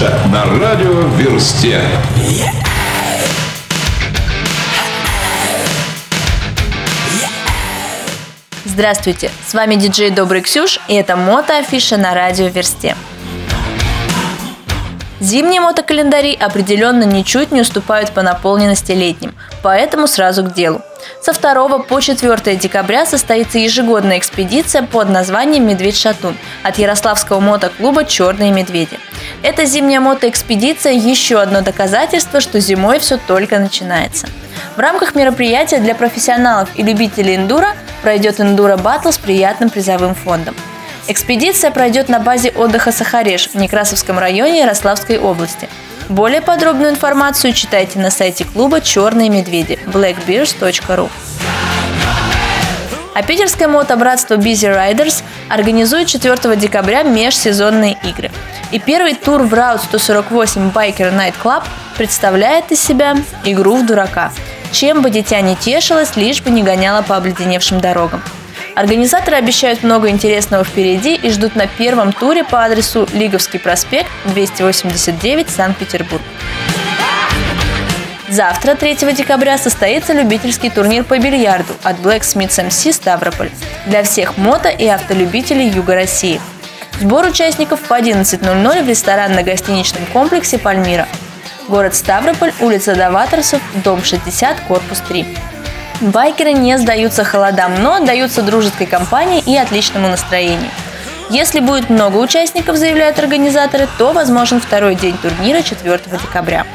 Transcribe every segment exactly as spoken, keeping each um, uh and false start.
Мотоафиша на радио Версте. Здравствуйте, с вами диджей Добрый Ксюш, и это Мотоафиша на радио Версте. Зимние мотокалендари определенно ничуть не уступают по наполненности летним, поэтому сразу к делу. Со второго по четвёртое декабря состоится ежегодная экспедиция под названием «Медведь-шатун» от Ярославского мотоклуба «Черные медведи». Эта зимняя мотоэкспедиция – еще одно доказательство, что зимой все только начинается. В рамках мероприятия для профессионалов и любителей эндуро пройдет эндуро-баттл с приятным призовым фондом. Экспедиция пройдет на базе отдыха «Сахареш» в Некрасовском районе Ярославской области. Более подробную информацию читайте на сайте клуба «Черные медведи» блэк бирс точка ру. А питерское мотобратство Busy Riders организует четвёртого декабря межсезонные игры. И первый тур в раут сто сорок восемь Biker Night Club представляет из себя игру в дурака. Чем бы дитя не тешилось, лишь бы не гоняло по обледеневшим дорогам. Организаторы обещают много интересного впереди и ждут на первом туре по адресу Лиговский проспект, двести восемьдесят девять, Санкт-Петербург. Завтра, третьего декабря, состоится любительский турнир по бильярду от Blacksmiths эм си Ставрополь для всех мото- и автолюбителей Юга России. Сбор участников в одиннадцать ноль ноль в ресторанно-гостиничном комплексе «Пальмира». Город Ставрополь, улица Доваторцев, дом шестьдесят, корпус три. Байкеры не сдаются холодам, но отдаются дружеской компании и отличному настроению. Если будет много участников, заявляют организаторы, то возможен второй день турнира четвёртого декабря.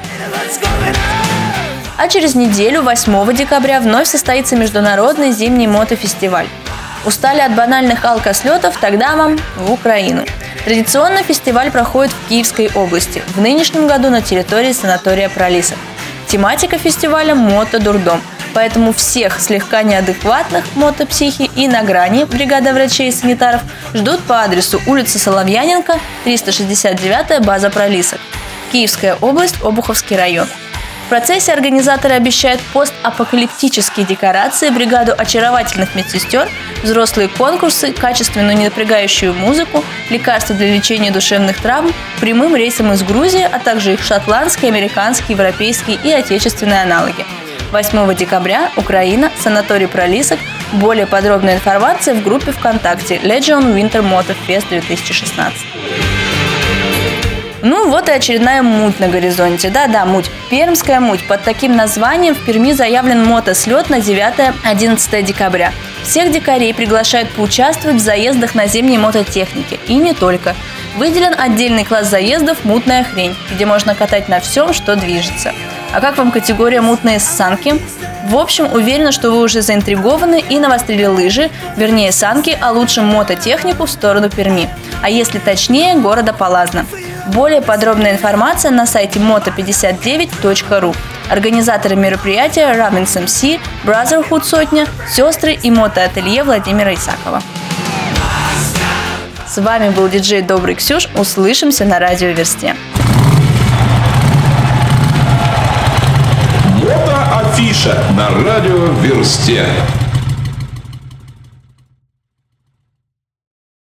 А через неделю, восьмого декабря, вновь состоится международный зимний мотофестиваль. Устали от банальных алкослетов? Тогда вам в Украину. Традиционно фестиваль проходит в Киевской области, в нынешнем году на территории санатория Пролисок. Тематика фестиваля – мото-дурдом. Поэтому всех слегка неадекватных мотопсихи и на грани бригада врачей и санитаров ждут по адресу улица Соловьяненко, триста шестьдесят девятая, база Пролисок, Киевская область, Обуховский район. В процессе организаторы обещают постапокалиптические декорации, бригаду очаровательных медсестер, взрослые конкурсы, качественную ненапрягающую музыку, лекарства для лечения душевных травм, прямым рейсом из Грузии, а также их шотландские, американские, европейские и отечественные аналоги. восьмого декабря, Украина, санаторий Пролисок. Более подробная информация в группе ВКонтакте Legion Winter Moto Fest две тысячи шестнадцать. Ну вот и очередная муть на горизонте. Да-да, муть. Пермская муть. Под таким названием в Перми заявлен мотослет на девятое-одиннадцатое декабря. Всех дикарей приглашают поучаствовать в заездах на зимней мототехнике. И не только. Выделен отдельный класс заездов «Мутная хрень», где можно катать на всем, что движется. А как вам категория «Мутные санки»? В общем, уверена, что вы уже заинтригованы и навострили лыжи, вернее санки, а лучше мототехнику в сторону Перми. А если точнее, города Полазна. Более подробная информация на сайте мото пятьдесят девять точка ру. Организаторы мероприятия Раминс эм си, Brotherhood сотня, сестры и мотоателье Владимира Исакова. С вами был диджей Добрый Ксюш. Услышимся на радио Версте. Мотоафиша на радио Версте.